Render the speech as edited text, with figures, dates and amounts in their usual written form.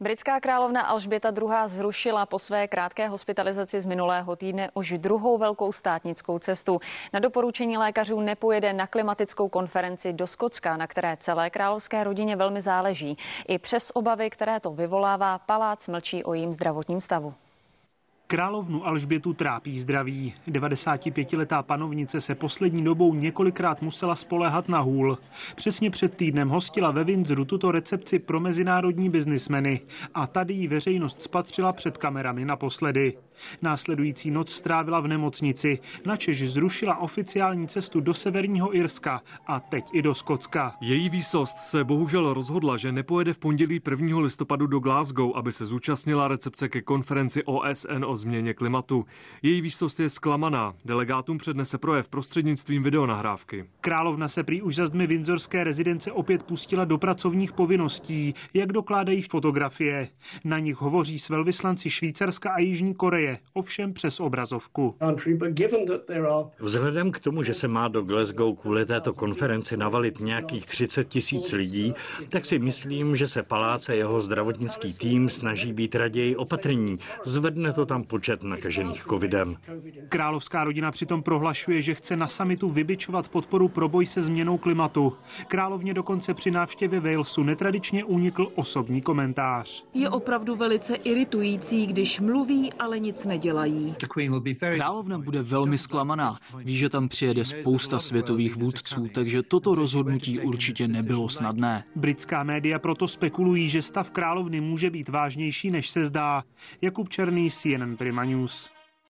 Britská královna Alžběta II. Zrušila po své krátké hospitalizaci z minulého týdne už druhou velkou státnickou cestu. Na doporučení lékařů nepojede na klimatickou konferenci do Skotska, na které celé královské rodině velmi záleží. I přes obavy, které to vyvolává, palác mlčí o jejím zdravotním stavu. Královnu Alžbětu trápí zdraví. 95letá panovnice se poslední dobou několikrát musela spoléhat na hůl. Přesně před týdnem hostila ve Windsoru tuto recepci pro mezinárodní biznismeny a tady ji veřejnost spatřila před kamerami naposledy. Následující noc strávila v nemocnici, načež zrušila oficiální cestu do Severního Irska a teď i do Skotska. Její výsost se bohužel rozhodla, že nepojede v pondělí 1. listopadu do Glasgow, aby se zúčastnila recepce ke konferenci OSN o změně klimatu. Její výsost je zklamaná. Delegátům přednese projev prostřednictvím videonahrávky. Královna se prý už za zdmi windsorské rezidence opět pustila do pracovních povinností, jak dokládají fotografie. Na nich hovoří s velvyslanci Švýcarska a Jižní Koreje, ovšem přes obrazovku. Vzhledem k tomu, že se má do Glasgow kvůli této konferenci navalit nějakých 30 000 lidí, tak si myslím, že se palác a jeho zdravotnický tým snaží být raději opatrní. Zvedne to tam počet nakažených covidem. Královská rodina přitom prohlašuje, že chce na summitu vybičovat podporu pro boj se změnou klimatu. Královně dokonce při návštěvě Walesu netradičně unikl osobní komentář. Je opravdu velice iritující, když mluví, ale nic nedělají. Královna bude velmi zklamaná. Ví, že tam přijede spousta světových vůdců, takže toto rozhodnutí určitě nebylo snadné. Britská média proto spekulují, že stav královny může být vážnější, než se zdá. Jakub Černý, CNN Prima News.